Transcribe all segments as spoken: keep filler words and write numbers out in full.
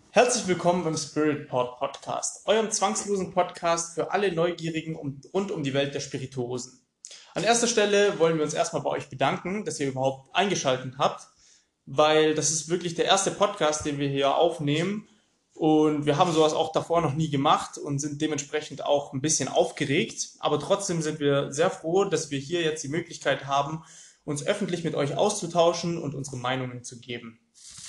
Herzlich willkommen beim Spirit Pod Podcast, eurem zwangslosen Podcast für alle Neugierigen um, rund um die Welt der Spirituosen. An erster Stelle wollen wir uns erstmal bei euch bedanken, dass ihr überhaupt eingeschaltet habt, weil das ist wirklich der erste Podcast, den wir hier aufnehmen und wir haben sowas auch davor noch nie gemacht und sind dementsprechend auch ein bisschen aufgeregt, aber trotzdem sind wir sehr froh, dass wir hier jetzt die Möglichkeit haben, uns öffentlich mit euch auszutauschen und unsere Meinungen zu geben.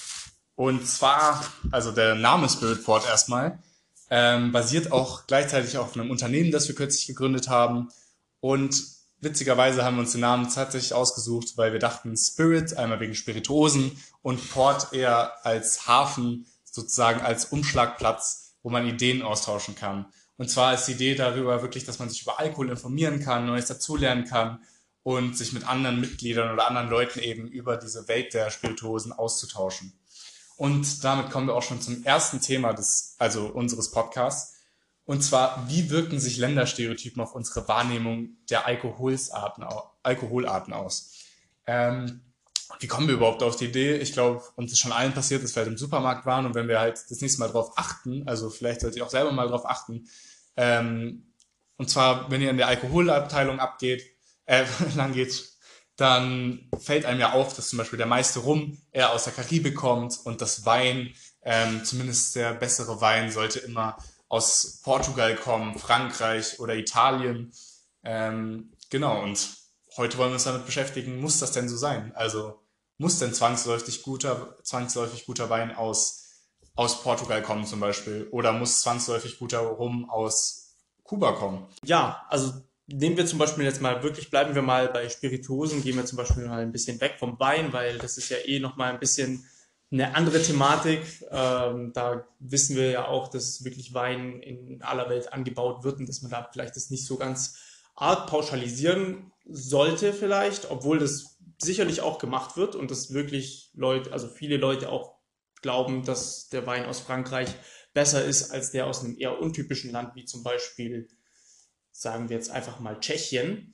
Und zwar, also der Name Spiritboard erstmal, ähm, basiert auch gleichzeitig auf einem Unternehmen, das wir kürzlich gegründet haben. Und witzigerweise haben wir uns den Namen tatsächlich ausgesucht, weil wir dachten Spirit, einmal wegen Spirituosen und Port eher als Hafen, sozusagen als Umschlagplatz, wo man Ideen austauschen kann. Und zwar ist die Idee darüber wirklich, dass man sich über Alkohol informieren kann, Neues dazulernen kann und sich mit anderen Mitgliedern oder anderen Leuten eben über diese Welt der Spirituosen auszutauschen. Und damit kommen wir auch schon zum ersten Thema des, also unseres Podcasts. Und zwar, wie wirken sich Länderstereotypen auf unsere Wahrnehmung der Alkoholarten, Alkoholarten aus? Ähm, wie kommen wir überhaupt auf die Idee? Ich glaube, uns ist schon allen passiert, dass wir halt im Supermarkt waren und wenn wir halt das nächste Mal drauf achten, also vielleicht sollt ihr auch selber mal drauf achten, ähm, und zwar, wenn ihr in der Alkoholabteilung abgeht, äh, lang geht, dann fällt einem ja auf, dass zum Beispiel der meiste Rum eher aus der Karibik kommt und das Wein, ähm, zumindest der bessere Wein, sollte immer aus Portugal kommen, Frankreich oder Italien. Ähm, genau, und heute wollen wir uns damit beschäftigen, muss das denn so sein? Also muss denn zwangsläufig guter, zwangsläufig guter Wein aus, aus Portugal kommen zum Beispiel? Oder muss zwangsläufig guter Rum aus Kuba kommen? Ja, also nehmen wir zum Beispiel jetzt mal wirklich, bleiben wir mal bei Spirituosen, gehen wir zum Beispiel mal ein bisschen weg vom Wein, weil das ist ja eh nochmal ein bisschen eine andere Thematik. Ähm, da wissen wir ja auch, dass wirklich Wein in aller Welt angebaut wird und dass man da vielleicht das nicht so ganz arg pauschalisieren sollte vielleicht, obwohl das sicherlich auch gemacht wird und das wirklich Leute, also viele Leute auch glauben, dass der Wein aus Frankreich besser ist als der aus einem eher untypischen Land, wie zum Beispiel, sagen wir jetzt einfach mal Tschechien.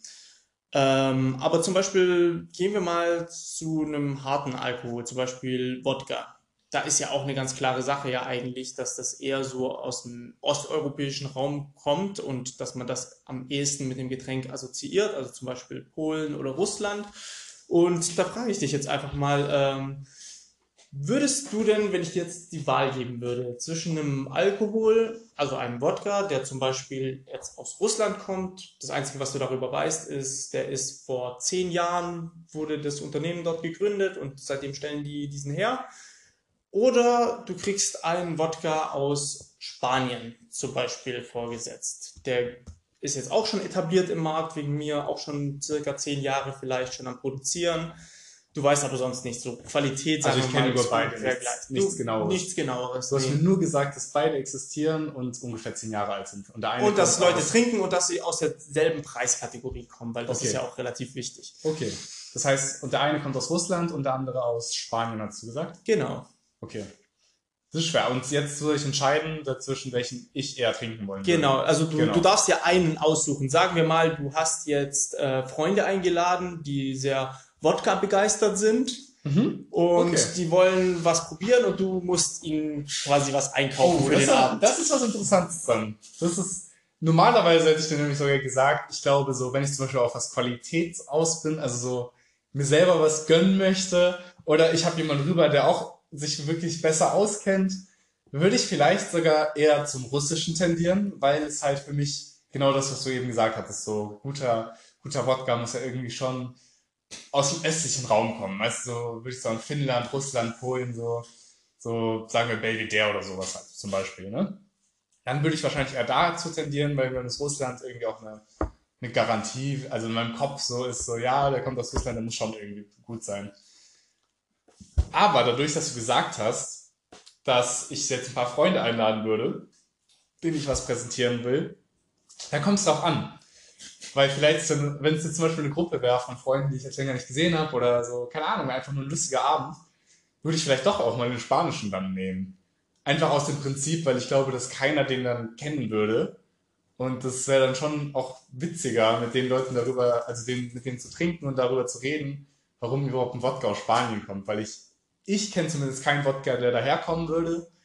Ähm, aber zum Beispiel gehen wir mal zu einem harten Alkohol, zum Beispiel Wodka. Da ist ja auch eine ganz klare Sache ja eigentlich, dass das eher so aus dem osteuropäischen Raum kommt und dass man das am ehesten mit dem Getränk assoziiert, also zum Beispiel Polen oder Russland. Und da frage ich dich jetzt einfach mal, ähm, würdest du denn, wenn ich dir jetzt die Wahl geben würde, zwischen einem Alkohol, also einem Wodka, der zum Beispiel jetzt aus Russland kommt, das Einzige, was du darüber weißt, ist, der ist vor zehn Jahren, wurde das Unternehmen dort gegründet und seitdem stellen die diesen her, oder du kriegst einen Wodka aus Spanien zum Beispiel vorgesetzt. Der ist jetzt auch schon etabliert im Markt, wegen mir auch schon circa zehn Jahre vielleicht schon am Produzieren. Du weißt aber sonst nicht so. Qualität, Also sagen ich wir kenne mal, über ist beide ungefähr nichts, gleich. nichts Du, Genaues. nichts genaueres. Du hast mir Nee. nur gesagt, dass beide existieren und ungefähr zehn Jahre alt sind. Und der eine Und dass kommt Leute aus... trinken und dass sie aus derselben Preiskategorie kommen, weil das ist Okay, ja auch relativ wichtig. okay. Das heißt, und der eine kommt aus Russland und der andere aus Spanien, hast du gesagt? Genau. Okay. Das ist schwer. Und jetzt soll ich entscheiden, dazwischen welchen ich eher trinken wollen Genau, würde. also du, du Genau. darfst ja einen aussuchen. Sagen wir mal, du hast jetzt äh, Freunde eingeladen, die sehr Wodka begeistert sind Mhm. und Okay. die wollen was probieren und du musst ihnen quasi was einkaufen Oh, für das den ist, Abend. das ist was Interessantes dann. Das ist, normalerweise hätte ich dir nämlich sogar gesagt, ich glaube so, wenn ich zum Beispiel auf was Qualitäts aus bin, also so mir selber was gönnen möchte oder ich habe jemanden rüber, der auch sich wirklich besser auskennt, würde ich vielleicht sogar eher zum Russischen tendieren, weil es halt für mich genau das, was du eben gesagt hattest, so guter, guter Wodka muss ja irgendwie schon aus dem östlichen Raum kommen. Weißt du, so würde ich sagen, Finnland, Russland, Polen, so, so sagen wir Belvedere oder sowas halt zum Beispiel, ne? Dann würde ich wahrscheinlich eher dazu tendieren, weil wenn es Russland irgendwie auch eine, eine Garantie, also in meinem Kopf so ist, so ja, der kommt aus Russland, der muss schon irgendwie gut sein. Aber dadurch, dass du gesagt hast, dass ich jetzt ein paar Freunde einladen würde, denen ich was präsentieren will, dann kommt es drauf an. Weil vielleicht, wenn es jetzt zum Beispiel eine Gruppe wäre von Freunden, die ich jetzt länger nicht gesehen habe oder so, keine Ahnung, einfach nur ein lustiger Abend, würde ich vielleicht doch auch mal den Spanischen dann nehmen. Einfach aus dem Prinzip, weil ich glaube, dass keiner den dann kennen würde. Und das wäre dann schon auch witziger, mit den Leuten darüber, also den, mit denen zu trinken und darüber zu reden, warum überhaupt ein Wodka aus Spanien kommt. Weil ich, ich kenne zumindest keinen Wodka, der daherkommen würde.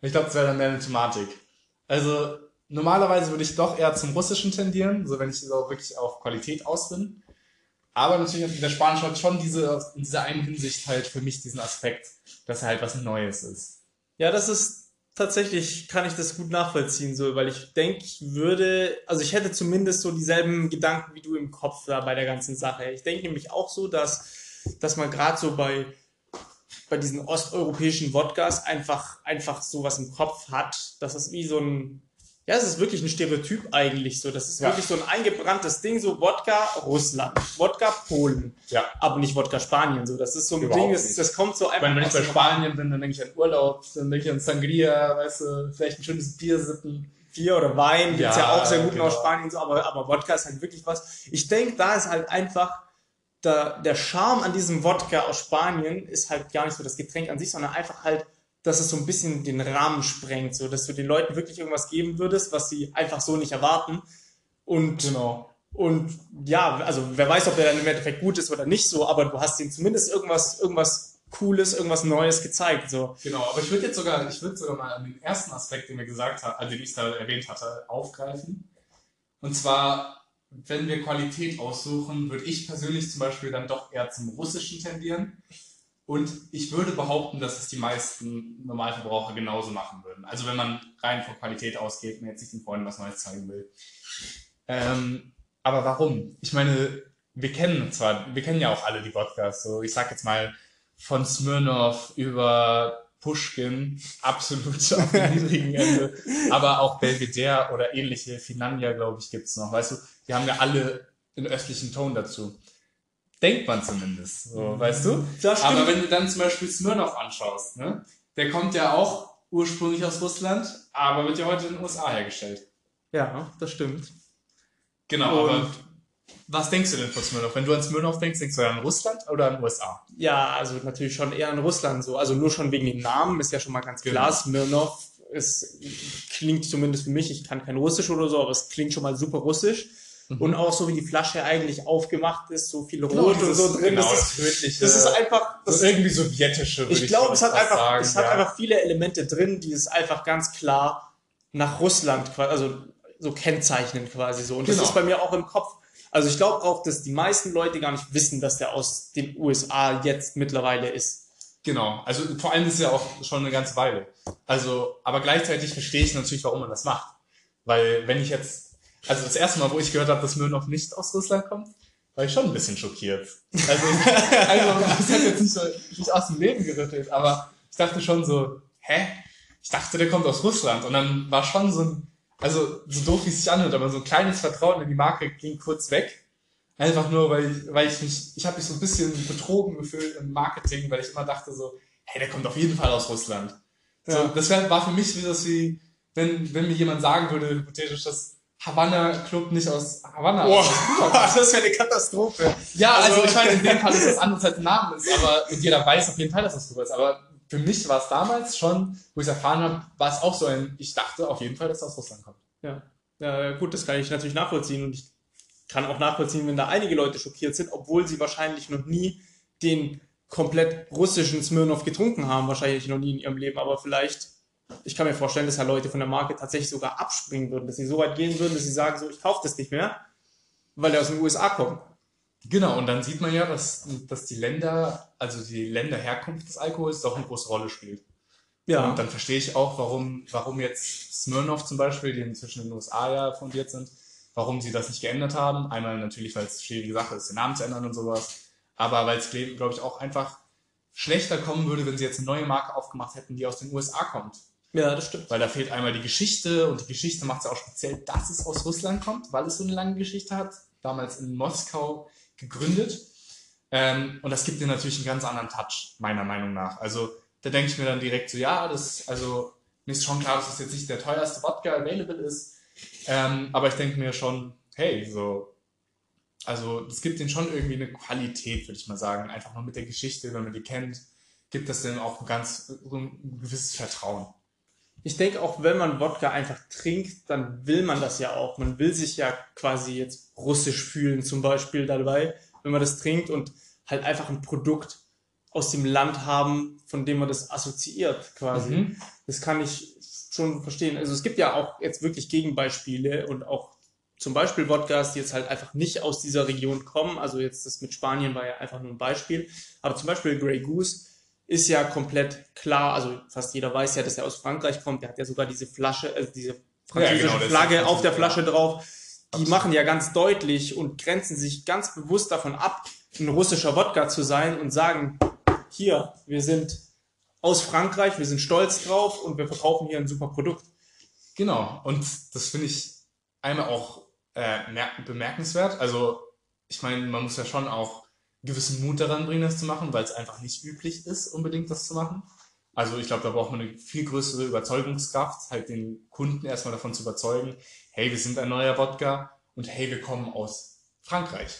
Ich glaube, das wäre dann mehr eine Thematik. Also normalerweise würde ich doch eher zum Russischen tendieren, so wenn ich so wirklich auf Qualität aus bin. Aber natürlich hat der Spanisch halt schon diese, in dieser einen Hinsicht halt für mich diesen Aspekt, dass er halt was Neues ist. Ja, das ist tatsächlich, kann ich das gut nachvollziehen, so, weil ich denke, ich würde, also ich hätte zumindest so dieselben Gedanken wie du im Kopf da bei der ganzen Sache. Ich denke nämlich auch so, dass, dass man gerade so bei, bei diesen osteuropäischen Wodkas einfach, einfach sowas im Kopf hat, dass es wie so ein, ja, es ist wirklich ein Stereotyp eigentlich so. Das ist Ja. wirklich so ein eingebranntes Ding, so Wodka Russland, Wodka Polen, Ja. aber nicht Wodka Spanien. So, das ist so ein Überhaupt Ding, das, nicht. das kommt so Ich einfach. meine, wenn ich aus bei dem- Spanien bin, dann denke ich an Urlaub, dann denke ich an Sangria, weißt du, vielleicht ein schönes Bier sippen. Bier oder Wein gibt's ja, Ja, auch sehr gut genau. aus Spanien, so, aber, aber Wodka ist halt wirklich was. Ich denke, da ist halt einfach der, der Charme an diesem Wodka aus Spanien ist halt gar nicht so das Getränk an sich, sondern einfach halt, dass es so ein bisschen den Rahmen sprengt, so dass du den Leuten wirklich irgendwas geben würdest, was sie einfach so nicht erwarten. Und, Genau. und ja, also wer weiß, ob der dann im Endeffekt gut ist oder nicht so, aber du hast ihnen zumindest irgendwas, irgendwas Cooles, irgendwas Neues gezeigt. So. Genau, aber ich würde jetzt sogar, ich würde sogar mal an den ersten Aspekt, den wir gesagt haben, also den ich da erwähnt hatte, aufgreifen. Und zwar, wenn wir Qualität aussuchen, würde ich persönlich zum Beispiel dann doch eher zum Russischen tendieren. Und ich würde behaupten, dass es die meisten Normalverbraucher genauso machen würden. Also wenn man rein von Qualität ausgeht und jetzt nicht den Freunden was Neues zeigen will. Ähm, aber warum? Ich meine, wir kennen zwar, wir kennen ja auch alle die Wodkas. So, ich sag jetzt mal von Smirnoff über Pushkin, absolut auf dem niedrigen Ende. Aber auch Belvedere oder ähnliche Finlandia, glaube ich, gibt's noch. Weißt du, die haben ja alle einen östlichen Ton dazu. Denkt man zumindest, so, weißt du? Das stimmt. Aber wenn du dann zum Beispiel Smirnoff anschaust, ne? Der kommt ja auch ursprünglich aus Russland, aber wird ja heute in den U S A hergestellt. Ja, das stimmt. Genau, Und- aber was denkst du denn von Smirnoff? Wenn du an Smirnoff denkst, denkst du an Russland oder an U S A? Ja, also natürlich schon eher in Russland so. Also nur schon wegen dem Namen ist ja schon mal ganz klar. Genau. Smirnoff ist, klingt zumindest für mich, ich kann kein Russisch oder so, aber es klingt schon mal super russisch. Mhm. Und auch so wie die Flasche eigentlich aufgemacht ist, so viel Genau, Rot und dieses- so drin. genau, das, das ist, Rötliche. das ist einfach, das, So irgendwie sowjetische, würde ich ich glaube, es hat fast einfach, sagen, es hat ja. einfach viele Elemente drin, die es einfach ganz klar nach Russland quasi, also so kennzeichnen quasi so. Und Genau. das ist bei mir auch im Kopf. Also ich glaube auch, dass die meisten Leute gar nicht wissen, dass der aus den U S A jetzt mittlerweile ist. Genau, also vor allem ist es ja auch schon eine ganze Weile. Also, aber gleichzeitig verstehe ich natürlich, warum man das macht. Weil wenn ich jetzt, also das erste Mal, wo ich gehört habe, dass Smirnoff nicht aus Russland kommt, war ich schon ein bisschen schockiert. Also, also das hat jetzt nicht so nicht aus dem Leben gerüttelt, aber ich dachte schon so, hä? Ich dachte, der kommt aus Russland. Und dann war schon so ein, also so doof wie es sich anhört, aber so ein kleines Vertrauen in die Marke ging kurz weg. Einfach nur, weil ich, weil ich mich, ich habe mich so ein bisschen betrogen gefühlt im Marketing, weil ich immer dachte so, hey, der kommt auf jeden Fall aus Russland. So, Ja. das wär, war für mich wie das wie, wenn, wenn mir jemand sagen würde, hypothetisch, dass Havanna Club nicht aus Havanna Boah, ist. das wäre eine Katastrophe. Ja, also, Also- ich meine, in dem Fall ist das anders als ein Name ist, aber und jeder weiß auf jeden Fall, dass das Kuba ist. Aber für mich war es damals schon, wo ich es erfahren habe, war es auch so ein, ich dachte auf jeden Fall, dass das aus Russland kommt. Ja. Ja, gut, das kann ich natürlich nachvollziehen und ich kann auch nachvollziehen, wenn da einige Leute schockiert sind, obwohl sie wahrscheinlich noch nie den komplett russischen Smirnoff getrunken haben, wahrscheinlich noch nie in ihrem Leben, aber vielleicht, ich kann mir vorstellen, dass ja Leute von der Marke tatsächlich sogar abspringen würden, dass sie so weit gehen würden, dass sie sagen, so, ich kaufe das nicht mehr, weil der aus den U S A kommt. Genau, und dann sieht man ja, dass, dass die Länder, also die Länderherkunft des Alkohols doch eine große Rolle spielt. Ja, Und dann verstehe ich auch, warum, warum jetzt Smirnoff zum Beispiel, die inzwischen in den U S A ja fundiert sind, warum sie das nicht geändert haben. Einmal natürlich, weil es eine schwierige Sache ist, den Namen zu ändern und sowas. Aber weil es, glaube ich, auch einfach schlechter kommen würde, wenn sie jetzt eine neue Marke aufgemacht hätten, die aus den U S A kommt. ja, das stimmt. Weil da fehlt einmal die Geschichte und die Geschichte macht es ja auch speziell, dass es aus Russland kommt, weil es so eine lange Geschichte hat. Damals in Moskau gegründet. Ähm, und das gibt dir natürlich einen ganz anderen Touch, meiner Meinung nach. Also da denke ich mir dann direkt so, ja, das, also mir ist schon klar, dass das jetzt nicht der teuerste Wodka available ist. Ähm, aber ich denke mir schon, hey, so, also es gibt denen schon irgendwie eine Qualität, würde ich mal sagen. Einfach nur mit der Geschichte, wenn man die kennt, gibt das denen auch ein ganz, so ein gewisses Vertrauen. Ich denke auch, wenn man Wodka einfach trinkt, dann will man das ja auch. Man will sich ja quasi jetzt russisch fühlen zum Beispiel dabei, wenn man das trinkt und halt einfach ein Produkt aus dem Land haben, von dem man das assoziiert quasi. Mhm. Das kann ich schon verstehen. Also es gibt ja auch jetzt wirklich Gegenbeispiele und auch zum Beispiel Wodkas, die jetzt halt einfach nicht aus dieser Region kommen. Also jetzt das mit Spanien war ja einfach nur ein Beispiel. Aber zum Beispiel Grey Goose ist ja komplett klar, also fast jeder weiß ja, dass er aus Frankreich kommt. Der hat ja sogar diese Flasche, also diese französische Ja, genau, Flagge auf der Flasche ja. drauf. Die Absolut. machen ja ganz deutlich und grenzen sich ganz bewusst davon ab, ein russischer Wodka zu sein und sagen, hier, wir sind aus Frankreich, wir sind stolz drauf und wir verkaufen hier ein super Produkt. Genau, und das finde ich einmal auch äh, bemerkenswert. Also, ich meine, man muss ja schon auch einen gewissen Mut daran bringen, das zu machen, weil es einfach nicht üblich ist, unbedingt das zu machen. Also, ich glaube, da braucht man eine viel größere Überzeugungskraft, halt den Kunden erstmal davon zu überzeugen, hey, wir sind ein neuer Wodka und hey, wir kommen aus Frankreich.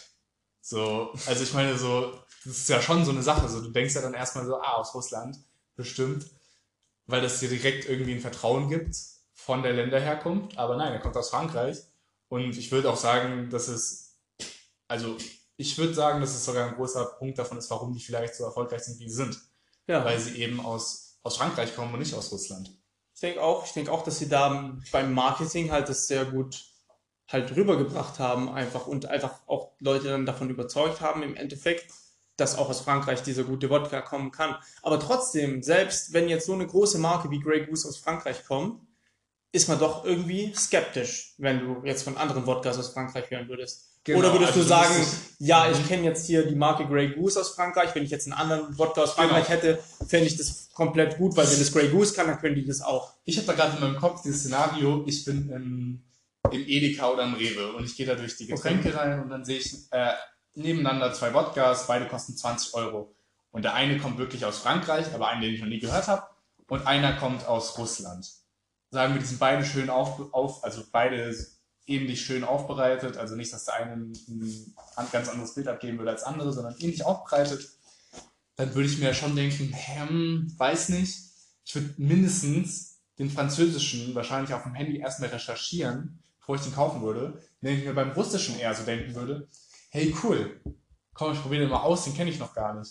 So, also ich meine, so, das ist ja schon so eine Sache. So, du denkst ja dann erstmal so, ah, aus Russland, bestimmt, weil das dir direkt irgendwie ein Vertrauen gibt von der Länderherkunft. Aber nein, er kommt aus Frankreich. Und ich würde auch sagen, dass es, also ich würde sagen, dass es sogar ein großer Punkt davon ist, warum die vielleicht so erfolgreich sind, wie sie sind. Ja. Weil sie eben aus, aus Frankreich kommen und nicht aus Russland. Ich denke auch, ich denke auch, dass sie da beim Marketing halt das sehr gut halt rübergebracht haben einfach und einfach auch Leute dann davon überzeugt haben im Endeffekt, dass auch aus Frankreich dieser gute Wodka kommen kann. Aber trotzdem, selbst wenn jetzt so eine große Marke wie Grey Goose aus Frankreich kommt, ist man doch irgendwie skeptisch, wenn du jetzt von anderen Wodkas aus Frankreich hören würdest. Genau, Oder würdest also du du sagen, müsstest- ja, ich kenne jetzt hier die Marke Grey Goose aus Frankreich, wenn ich jetzt einen anderen Wodka aus Frankreich Genau. hätte, fände ich das komplett gut, weil wenn das Grey Goose kann, dann können die das auch. Ich habe da gerade in meinem Kopf dieses Szenario, ich bin im, im Edeka oder im Rewe und ich gehe da durch die Getränke rein und dann sehe ich äh, nebeneinander zwei Wodkas, beide kosten zwanzig Euro. Und der eine kommt wirklich aus Frankreich, aber einen, den ich noch nie gehört habe, und einer kommt aus Russland. Sagen wir, die sind beide schön auf, auf also beide ähnlich schön aufbereitet, also nicht, dass der eine ein, ein ganz anderes Bild abgeben würde als andere, sondern ähnlich aufbereitet. Dann würde ich mir schon denken, hm, weiß nicht, ich würde mindestens den französischen wahrscheinlich auf dem Handy erstmal recherchieren, bevor ich den kaufen würde, wenn ich mir beim russischen eher so denken würde, hey cool, komm, ich probiere den mal aus, den kenne ich noch gar nicht.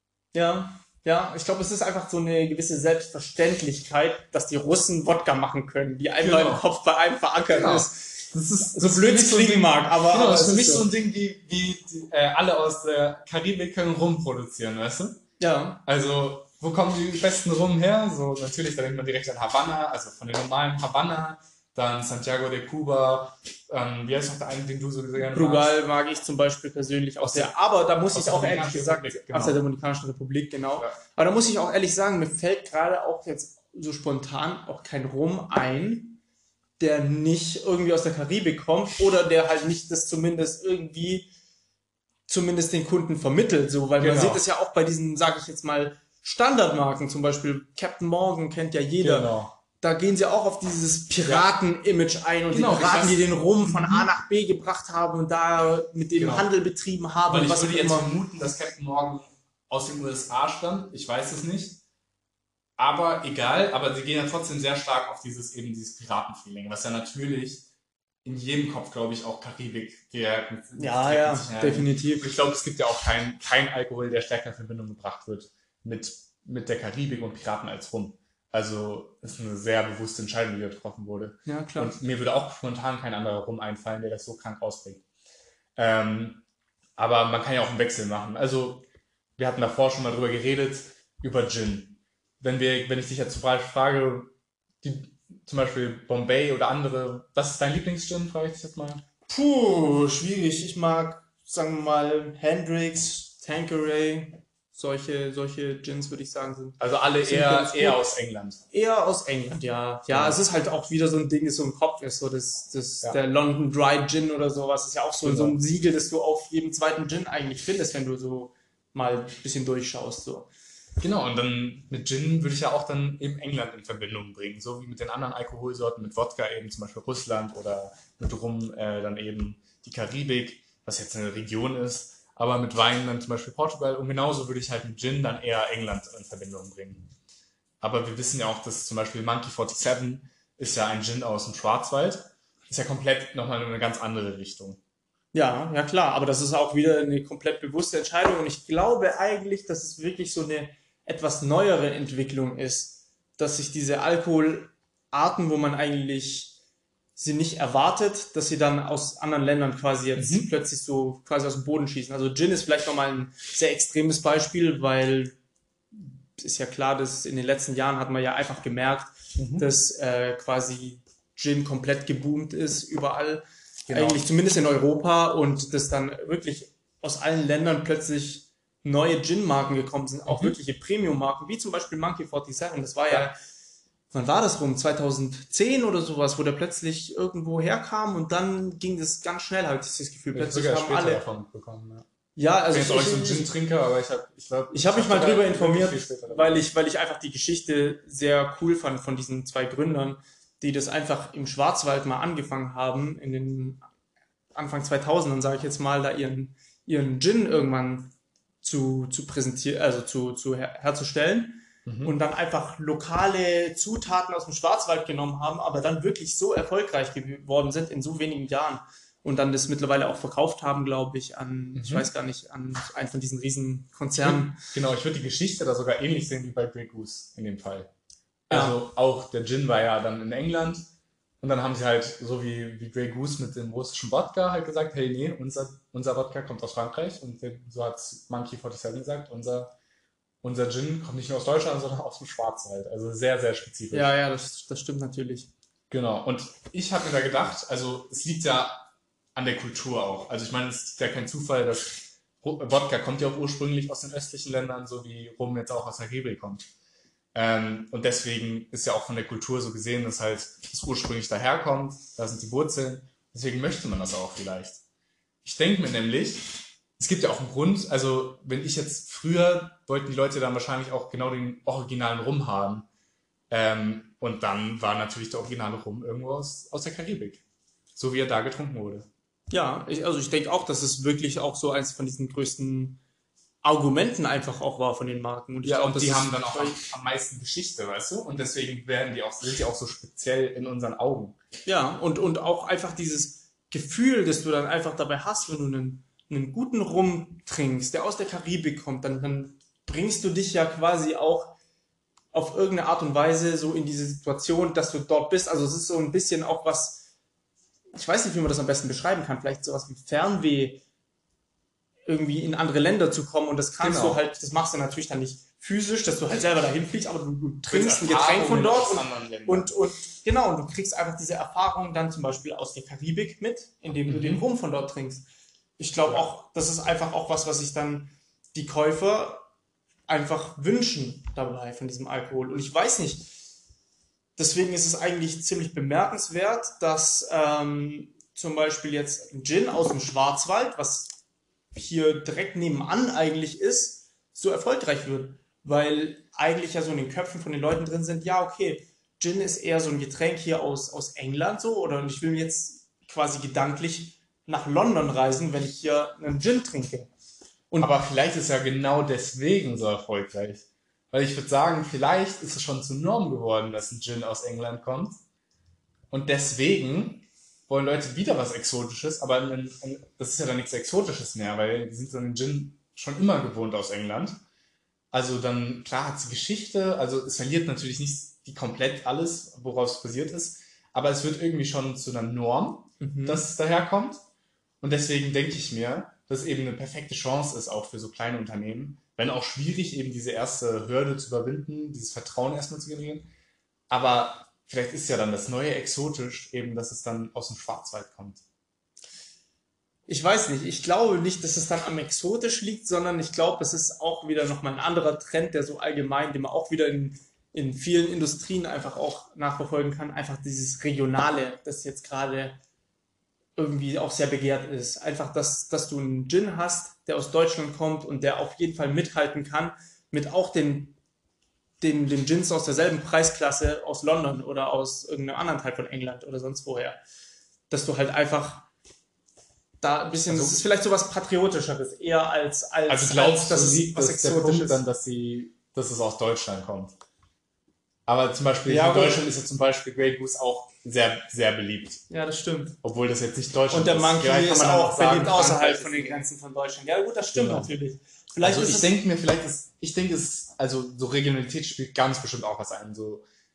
Ja, ja, ich glaube, es ist einfach so eine gewisse Selbstverständlichkeit, dass die Russen Wodka machen können, die einfach Genau. im Kopf bei einem verankert Genau. ist. Das ist So blöd es klingen mag, aber, Genau, aber das es ist für mich ist so ein Ding, wie, wie die, äh, alle aus der Karibik können Rum produzieren, weißt du? Ja, Also, wo kommen die besten Rum her? So, natürlich, da denkt man direkt an Havanna, also von den normalen Havanna, dann Santiago de Cuba, ähm, wie heißt noch der eine, den du so gerne magst? Brugal mag ich zum Beispiel persönlich auch Aus der- sehr. Aber da muss aus ich der auch ehrlich Dominikanischen gesagt, Republik, genau. aus der Dominikanischen Republik, genau. Ja. Aber da muss ich auch ehrlich sagen, mir fällt gerade auch jetzt so spontan auch kein Rum ein, der nicht irgendwie aus der Karibik kommt oder der halt nicht das zumindest irgendwie zumindest den Kunden vermittelt, so, weil man Genau. sieht es ja auch bei diesen, sage ich jetzt mal, Standardmarken, zum Beispiel Captain Morgan kennt ja jeder. Genau. Da gehen sie auch auf dieses Piraten-Image ein und Genau, die Piraten, ich die weiß- den Rum von A nach B gebracht haben und da mit dem Genau. Handel betrieben haben. Weil und ich was würde auch jetzt immer. vermuten, dass Captain Morgan aus den U S A stammt. Ich weiß es nicht. Aber egal, aber sie gehen ja trotzdem sehr stark auf dieses eben dieses Piratenfeeling, was ja natürlich in jedem Kopf, glaube ich, auch Karibik der mit, Ja, mit ja, Sicherheit- definitiv. Ich glaube, es gibt ja auch kein, kein Alkohol, der stärker in Verbindung gebracht wird mit, mit der Karibik und Piraten als Rum. Also ist eine sehr bewusste Entscheidung, die da getroffen wurde. Ja, klar. Und mir würde auch spontan kein anderer Rum einfallen, der das so krank ausbringt. Ähm, aber man kann ja auch einen Wechsel machen. Also wir hatten davor schon mal drüber geredet, über Gin. Wenn wir, wenn ich dich jetzt zum Beispiel frage, die, zum Beispiel Bombay oder andere, was ist dein Lieblingsgin, frage ich dich jetzt mal. Puh, schwierig. Ich mag, sagen wir mal, Hendrix, Tanqueray, solche, solche Gins, würde ich sagen, sind Also alle Sind eher, ganz gut. eher aus England. eher aus England, ja. Ja, Ja. es ist halt auch wieder so ein Ding, das so im Kopf ist, so das, das, Ja. der London Dry Gin oder sowas ist ja auch so, Genau. so ein Siegel, das du auf jedem zweiten Gin eigentlich findest, wenn du so mal ein bisschen durchschaust, so. Genau, und dann mit Gin würde ich ja auch dann eben England in Verbindung bringen, so wie mit den anderen Alkoholsorten, mit Wodka eben zum Beispiel Russland oder mit Rum äh, dann eben die Karibik, was jetzt eine Region ist, aber mit Wein dann zum Beispiel Portugal und genauso würde ich halt mit Gin dann eher England in Verbindung bringen. Aber wir wissen ja auch, dass zum Beispiel Monkey siebenundvierzig ist ja ein Gin aus dem Schwarzwald, ist ja komplett nochmal in eine ganz andere Richtung. Ja, ja klar, aber das ist auch wieder eine komplett bewusste Entscheidung und ich glaube eigentlich, dass es wirklich so eine etwas neuere Entwicklung ist, dass sich diese Arten, wo man eigentlich sie nicht erwartet, dass sie dann aus anderen Ländern quasi jetzt mhm. plötzlich so quasi aus dem Boden schießen. Also Gin ist vielleicht nochmal ein sehr extremes Beispiel, weil es ist ja klar, dass in den letzten Jahren hat man ja einfach gemerkt, mhm. dass äh, quasi Gin komplett geboomt ist, überall, genau. Eigentlich zumindest in Europa, und dass dann wirklich aus allen Ländern plötzlich neue Gin-Marken gekommen sind, auch mhm. wirkliche Premium-Marken, wie zum Beispiel Monkey forty-seven. Das war ja, ja wann war das rum? zweitauszehn oder sowas, wo der plötzlich irgendwo herkam, und dann ging das ganz schnell, habe ich das Gefühl. Plötzlich sogar haben später alle davon bekommen, ja. Ja, also ich bin jetzt auch nicht so ein Gin-Trinker, aber ich habe ich glaube, ich habe mich mal drüber informiert, weil ich weil ich einfach die Geschichte sehr cool fand von diesen zwei Gründern, die das einfach im Schwarzwald mal angefangen haben in den Anfang zweitausendern, sage ich jetzt mal, da ihren ihren Gin irgendwann zu zu präsentieren, also zu zu her herzustellen. Mhm. Und dann einfach lokale Zutaten aus dem Schwarzwald genommen haben, aber dann wirklich so erfolgreich geworden sind in so wenigen Jahren. Und dann das mittlerweile auch verkauft haben, glaube ich, an, mhm. ich weiß gar nicht, an einen von diesen riesen Konzernen. Genau, ich würde die Geschichte da sogar ähnlich sehen wie bei Grey Goose in dem Fall. Also ja. Auch der Gin war ja dann in England, und dann haben sie halt, so wie, wie Grey Goose mit dem russischen Wodka halt gesagt, hey, nee, unser, unser Wodka kommt aus Frankreich, und so hat Monkey forty-seven gesagt, unser, unser Gin kommt nicht nur aus Deutschland, sondern aus dem Schwarzwald. Also sehr, sehr spezifisch. Ja, ja, das, das stimmt natürlich. Genau, und ich habe mir da gedacht, also es liegt ja an der Kultur auch. Also ich meine, es ist ja kein Zufall, dass Wodka kommt ja auch ursprünglich aus den östlichen Ländern, so wie Rum jetzt auch aus der Karibik kommt. Ähm, und deswegen ist ja auch von der Kultur so gesehen, dass halt das ursprünglich daherkommt, da sind die Wurzeln. Deswegen möchte man das auch vielleicht. Ich denke mir nämlich, es gibt ja auch einen Grund, also wenn ich jetzt früher, wollten die Leute dann wahrscheinlich auch genau den originalen Rum haben. Ähm, und dann war natürlich der originale Rum irgendwo aus, aus der Karibik. So wie er da getrunken wurde. Ja, ich, also ich denke auch, dass es wirklich auch so eins von diesen größten Argumenten einfach auch war von den Marken. Und ich ja, glaube, und die haben dann auch am, am meisten Geschichte, weißt du? Und deswegen werden die auch, sind die auch so speziell in unseren Augen. Ja, und, und auch einfach dieses Gefühl, das du dann einfach dabei hast, wenn du einen, einen guten Rum trinkst, der aus der Karibik kommt, dann, dann bringst du dich ja quasi auch auf irgendeine Art und Weise so in diese Situation, dass du dort bist. Also es ist so ein bisschen auch was, ich weiß nicht, wie man das am besten beschreiben kann, vielleicht sowas wie Fernweh, irgendwie in andere Länder zu kommen, und das kannst genau. du halt, das machst du natürlich dann nicht physisch, dass du halt selber dahin fliegst, aber du, du trinkst ein Getränk von dort und, und, und genau, und du kriegst einfach diese Erfahrung dann zum Beispiel aus der Karibik mit, indem du mhm. den Rum von dort trinkst. Ich glaube ja. auch, das ist einfach auch was, was sich dann die Käufer einfach wünschen dabei von diesem Alkohol. Und ich weiß nicht, deswegen ist es eigentlich ziemlich bemerkenswert, dass ähm, zum Beispiel jetzt ein Gin aus dem Schwarzwald, was hier direkt nebenan eigentlich ist, so erfolgreich wird. Weil eigentlich ja so in den Köpfen von den Leuten drin sind, ja okay, Gin ist eher so ein Getränk hier aus, aus England so, oder ich will jetzt quasi gedanklich nach London reisen, wenn ich hier einen Gin trinke. Und aber vielleicht ist ja genau deswegen so erfolgreich. Weil ich würde sagen, vielleicht ist es schon zur Norm geworden, dass ein Gin aus England kommt. Und deswegen wollen Leute wieder was Exotisches, aber ein, ein, das ist ja dann nichts Exotisches mehr, weil die sind so einen Gin schon immer gewohnt aus England. Also dann, klar hat es Geschichte, also es verliert natürlich nicht die komplett alles, woraus es basiert ist, aber es wird irgendwie schon zu einer Norm, mhm. dass es daherkommt. Und deswegen denke ich mir, dass eben eine perfekte Chance ist, auch für so kleine Unternehmen, wenn auch schwierig, eben diese erste Hürde zu überwinden, dieses Vertrauen erstmal zu generieren. Aber vielleicht ist ja dann das neue exotisch, eben, dass es dann aus dem Schwarzwald kommt. Ich weiß nicht, ich glaube nicht, dass es dann am exotisch liegt, sondern ich glaube, das ist auch wieder nochmal ein anderer Trend, der so allgemein, den man auch wieder in, in vielen Industrien einfach auch nachverfolgen kann. Einfach dieses Regionale, das jetzt gerade irgendwie auch sehr begehrt ist. Einfach, dass, dass du einen Gin hast, der aus Deutschland kommt und der auf jeden Fall mithalten kann mit auch den, den, den Gins aus derselben Preisklasse aus London oder aus irgendeinem anderen Teil von England oder sonst woher. Dass du halt einfach da ein bisschen, also, das ist vielleicht so was Patriotischeres, eher als, als, also glaubst als dass es was Exotisches dann, dass, sie, dass es aus Deutschland kommt. Aber zum Beispiel ja, in Deutschland ist ja zum Beispiel Grey Goose auch sehr, sehr beliebt. Ja, das stimmt. Obwohl das jetzt nicht Deutschland ist. Und der Monkey ist, ist auch beliebt außerhalb von den Grenzen von Deutschland. Ja gut, das stimmt genau. natürlich. Vielleicht also ist ich denke mir, vielleicht ist, ich denke es, also so Regionalität spielt ganz bestimmt auch was ein. So,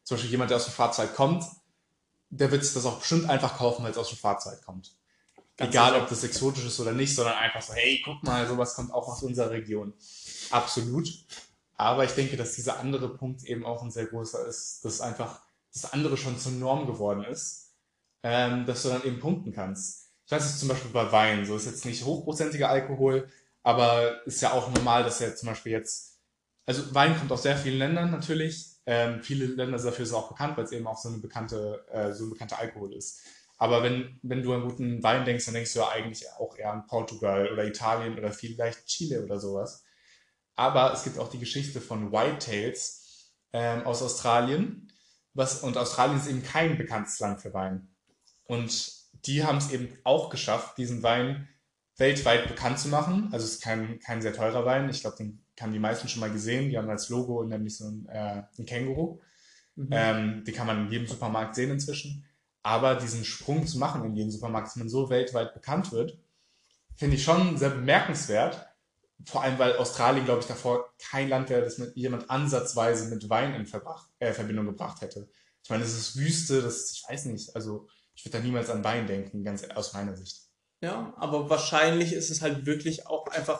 zum Beispiel jemand, der aus dem Schwarzwald kommt, der wird sich das auch bestimmt einfach kaufen, weil es aus dem Schwarzwald kommt. Ganz Egal, sicher. Ob das exotisch ist oder nicht, sondern einfach so, hey, guck mal, sowas kommt auch aus unserer Region. Absolut. Aber ich denke, dass dieser andere Punkt eben auch ein sehr großer ist, dass einfach das andere schon zur Norm geworden ist, ähm, dass du dann eben punkten kannst. Ich weiß es zum Beispiel bei Wein, so ist jetzt nicht hochprozentiger Alkohol, aber ist ja auch normal, dass er zum Beispiel jetzt, also Wein kommt aus sehr vielen Ländern natürlich, ähm, viele Länder dafür sind auch bekannt, weil es eben auch so eine bekannte, äh, so ein bekannter Alkohol ist. Aber wenn, wenn du an guten Wein denkst, dann denkst du ja eigentlich auch eher an Portugal oder Italien oder vielleicht Chile oder sowas. Aber es gibt auch die Geschichte von Whitetails ähm, aus Australien. Was, und Australien ist eben kein bekanntes Land für Wein. Und die haben es eben auch geschafft, diesen Wein weltweit bekannt zu machen. Also es ist kein, kein sehr teurer Wein. Ich glaube, den haben die meisten schon mal gesehen. Die haben als Logo nämlich so ein, äh, ein Känguru. Mhm. Ähm, die kann man in jedem Supermarkt sehen inzwischen. Aber diesen Sprung zu machen in jedem Supermarkt, dass man so weltweit bekannt wird, finde ich schon sehr bemerkenswert. Vor allem, weil Australien, glaube ich, davor kein Land wäre, das mit jemand ansatzweise mit Wein in Verbrach, äh, Verbindung gebracht hätte. Ich meine, es ist Wüste, das, ich weiß nicht, also ich würde da niemals an Wein denken, ganz aus meiner Sicht. Ja, aber wahrscheinlich ist es halt wirklich auch einfach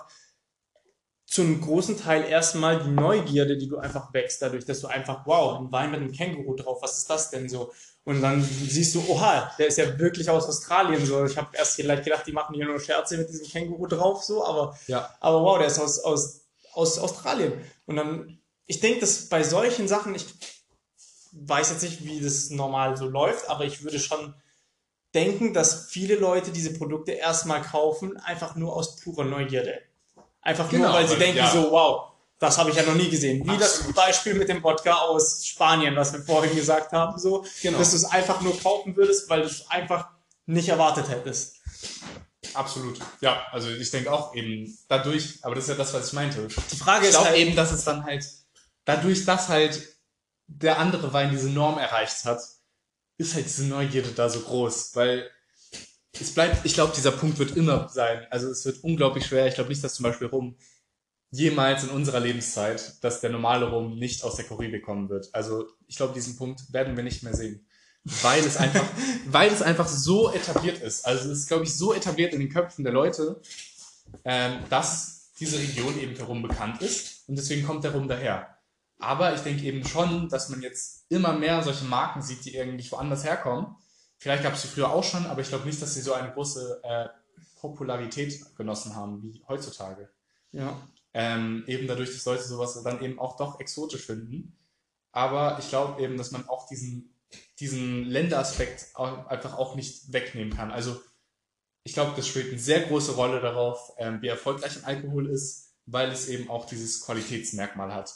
zu einem großen Teil erstmal die Neugierde, die du einfach wächst, dadurch, dass du einfach, wow, ein Wein mit einem Känguru drauf, was ist das denn so? Und dann siehst du, oha, der ist ja wirklich aus Australien so. Ich habe erst vielleicht gedacht, die machen hier nur Scherze mit diesem Känguru drauf, so, aber, ja. aber wow, der ist aus, aus, aus Australien. Und dann, ich denke, dass bei solchen Sachen, ich weiß jetzt nicht, wie das normal so läuft, aber ich würde schon denken, dass viele Leute diese Produkte erstmal kaufen, einfach nur aus purer Neugierde. Einfach genau, nur, weil sie weil, denken ja. so, wow, das habe ich ja noch nie gesehen. Wie Absolut. Das Beispiel mit dem Wodka aus Spanien, was wir vorhin gesagt haben, so, genau. dass du es einfach nur kaufen würdest, weil du es einfach nicht erwartet hättest. Absolut. Ja, also ich denke auch eben dadurch, aber das ist ja das, was ich meinte. Die Frage ich ist halt eben, dass es dann halt, dadurch, dass halt der andere Wein diese Norm erreicht hat, ist halt diese Neugierde da so groß, weil es bleibt, ich glaube, dieser Punkt wird immer sein. Also es wird unglaublich schwer. Ich glaube nicht, dass zum Beispiel Rum jemals in unserer Lebenszeit, dass der normale Rum nicht aus der Karibik kommen wird. Also ich glaube, diesen Punkt werden wir nicht mehr sehen. Weil es einfach, weil es einfach so etabliert ist. Also es ist, glaube ich, so etabliert in den Köpfen der Leute, ähm, dass diese Region eben für Rum bekannt ist. Und deswegen kommt der Rum daher. Aber ich denke eben schon, dass man jetzt immer mehr solche Marken sieht, die irgendwie woanders herkommen. Vielleicht gab es sie früher auch schon, aber ich glaube nicht, dass sie so eine große äh, Popularität genossen haben wie heutzutage. Ja. Ähm, eben dadurch, dass Leute sowas dann eben auch doch exotisch finden. Aber ich glaube eben, dass man auch diesen, diesen Länderaspekt auch einfach auch nicht wegnehmen kann. Also ich glaube, das spielt eine sehr große Rolle darauf, ähm, wie erfolgreich ein Alkohol ist, weil es eben auch dieses Qualitätsmerkmal hat.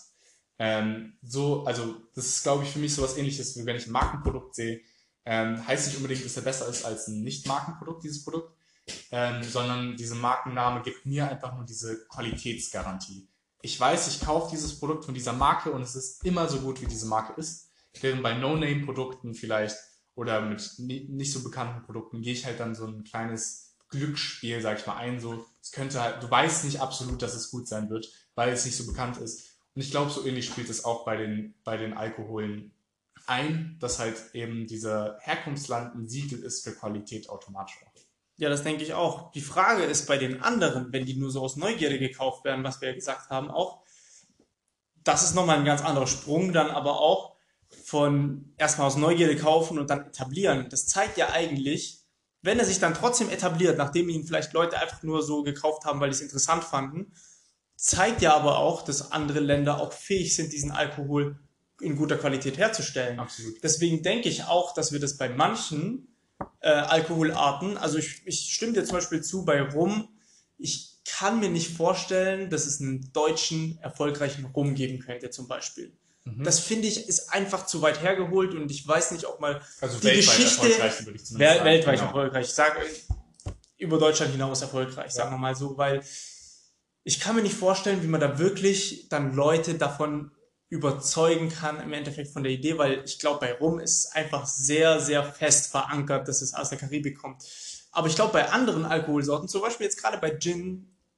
Ähm, so, also das ist, glaube ich, für mich sowas Ähnliches, wie wenn ich ein Markenprodukt sehe. Ähm, heißt nicht unbedingt, dass er besser ist als ein Nicht-Markenprodukt, dieses Produkt, ähm, sondern diese Markenname gibt mir einfach nur diese Qualitätsgarantie. Ich weiß, ich kaufe dieses Produkt von dieser Marke und es ist immer so gut, wie diese Marke ist. Während bei No-Name-Produkten vielleicht oder mit nicht so bekannten Produkten gehe ich halt dann so ein kleines Glücksspiel, sag ich mal, ein. So, es könnte halt, du weißt nicht absolut, dass es gut sein wird, weil es nicht so bekannt ist. Und ich glaube, so ähnlich spielt es auch bei den, bei den Alkoholen ein, dass halt eben dieser Herkunftsland ein Siegel ist für Qualität automatisch auch. Ja, das denke ich auch. Die Frage ist bei den anderen, wenn die nur so aus Neugierde gekauft werden, was wir ja gesagt haben, auch, das ist nochmal ein ganz anderer Sprung, dann aber auch von erstmal aus Neugierde kaufen und dann etablieren. Das zeigt ja eigentlich, wenn er sich dann trotzdem etabliert, nachdem ihn vielleicht Leute einfach nur so gekauft haben, weil sie es interessant fanden, zeigt ja aber auch, dass andere Länder auch fähig sind, diesen Alkohol in guter Qualität herzustellen. Absolut. Deswegen denke ich auch, dass wir das bei manchen äh, Alkoholarten, also ich, ich stimme dir zum Beispiel zu bei Rum, ich kann mir nicht vorstellen, dass es einen deutschen erfolgreichen Rum geben könnte zum Beispiel. Mhm. Das finde ich ist einfach zu weit hergeholt und ich weiß nicht, ob mal also die weltweit Geschichte erfolgreich, würde ich zumindest wel- sagen. weltweit Genau. erfolgreich, ich sage über Deutschland hinaus erfolgreich, ja. Sagen wir mal so, weil ich kann mir nicht vorstellen, wie man da wirklich dann Leute davon überzeugen kann, im Endeffekt von der Idee, weil ich glaube, bei Rum ist es einfach sehr, sehr fest verankert, dass es aus der Karibik kommt. Aber ich glaube, bei anderen Alkoholsorten, zum Beispiel jetzt gerade bei Gin,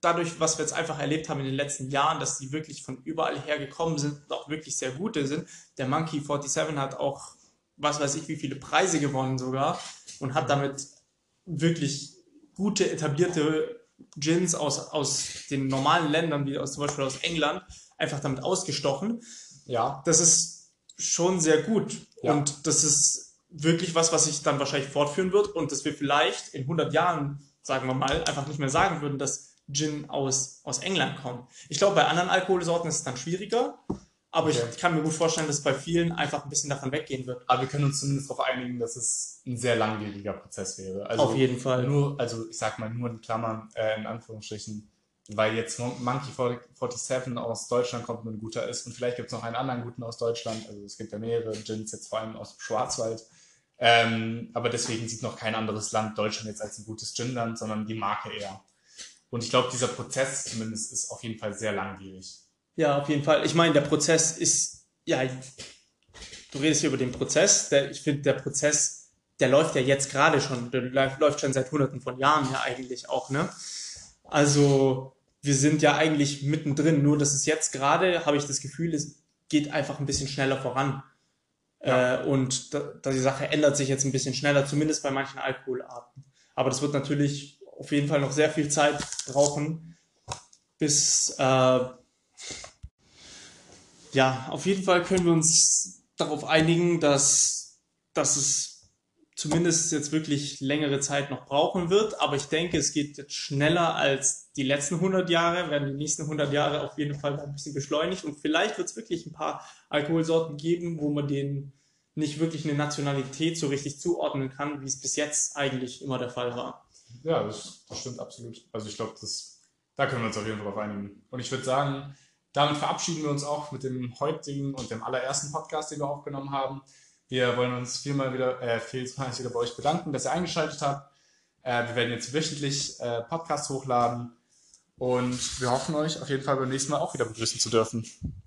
dadurch, was wir jetzt einfach erlebt haben in den letzten Jahren, dass die wirklich von überall her gekommen sind und auch wirklich sehr gute sind. Der Monkey siebenundvierzig hat auch, was weiß ich, wie viele Preise gewonnen sogar und hat damit wirklich gute, etablierte Gins aus, aus den normalen Ländern, wie aus, zum Beispiel aus England, einfach damit ausgestochen. Ja. Das ist schon sehr gut. Ja. Und das ist wirklich was, was sich dann wahrscheinlich fortführen wird und dass wir vielleicht in hundert Jahren, sagen wir mal, einfach nicht mehr sagen würden, dass Gin aus, aus England kommt. Ich glaube, bei anderen Alkoholsorten ist es dann schwieriger, aber Okay. ich kann mir gut vorstellen, dass es bei vielen einfach ein bisschen davon weggehen wird. Aber wir können uns zumindest darauf einigen, dass es ein sehr langwieriger Prozess wäre. Also Auf jeden Fall. Nur, also ich sag mal nur in Klammern, äh, in Anführungsstrichen, weil jetzt Monkey siebenundvierzig aus Deutschland kommt und ein guter ist und vielleicht gibt es noch einen anderen guten aus Deutschland, also es gibt ja mehrere Gins, jetzt vor allem aus dem Schwarzwald, ähm, aber deswegen sieht noch kein anderes Land Deutschland jetzt als ein gutes Ginland, sondern die Marke eher. Und ich glaube, dieser Prozess zumindest ist auf jeden Fall sehr langwierig. Ja, auf jeden Fall. Ich meine, der Prozess ist, ja, du redest hier über den Prozess, der, ich finde, der Prozess, der läuft ja jetzt gerade schon, der läuft schon seit hunderten von Jahren ja eigentlich auch, ne? Also, wir sind ja eigentlich mittendrin, nur dass es jetzt gerade, habe ich das Gefühl, es geht einfach ein bisschen schneller voran. Ja. Äh, und da, da die Sache ändert sich jetzt ein bisschen schneller, zumindest bei manchen Alkoholarten. Aber das wird natürlich auf jeden Fall noch sehr viel Zeit brauchen, bis, äh, ja, auf jeden Fall können wir uns darauf einigen, dass, dass es zumindest jetzt wirklich längere Zeit noch brauchen wird, aber ich denke, es geht jetzt schneller als die letzten hundert Jahre, werden die nächsten hundert Jahre auf jeden Fall ein bisschen beschleunigt und vielleicht wird es wirklich ein paar Alkoholsorten geben, wo man denen nicht wirklich eine Nationalität so richtig zuordnen kann, wie es bis jetzt eigentlich immer der Fall war. Ja, das, das stimmt absolut. Also ich glaube, das, da können wir uns auf jeden Fall drauf einigen. Und ich würde sagen, damit verabschieden wir uns auch mit dem heutigen und dem allerersten Podcast, den wir aufgenommen haben. Wir wollen uns vielmal wieder, äh, vielmals wieder bei euch bedanken, dass ihr eingeschaltet habt. Äh, wir werden jetzt wöchentlich äh, Podcasts hochladen und wir hoffen euch auf jeden Fall beim nächsten Mal auch wieder begrüßen zu dürfen.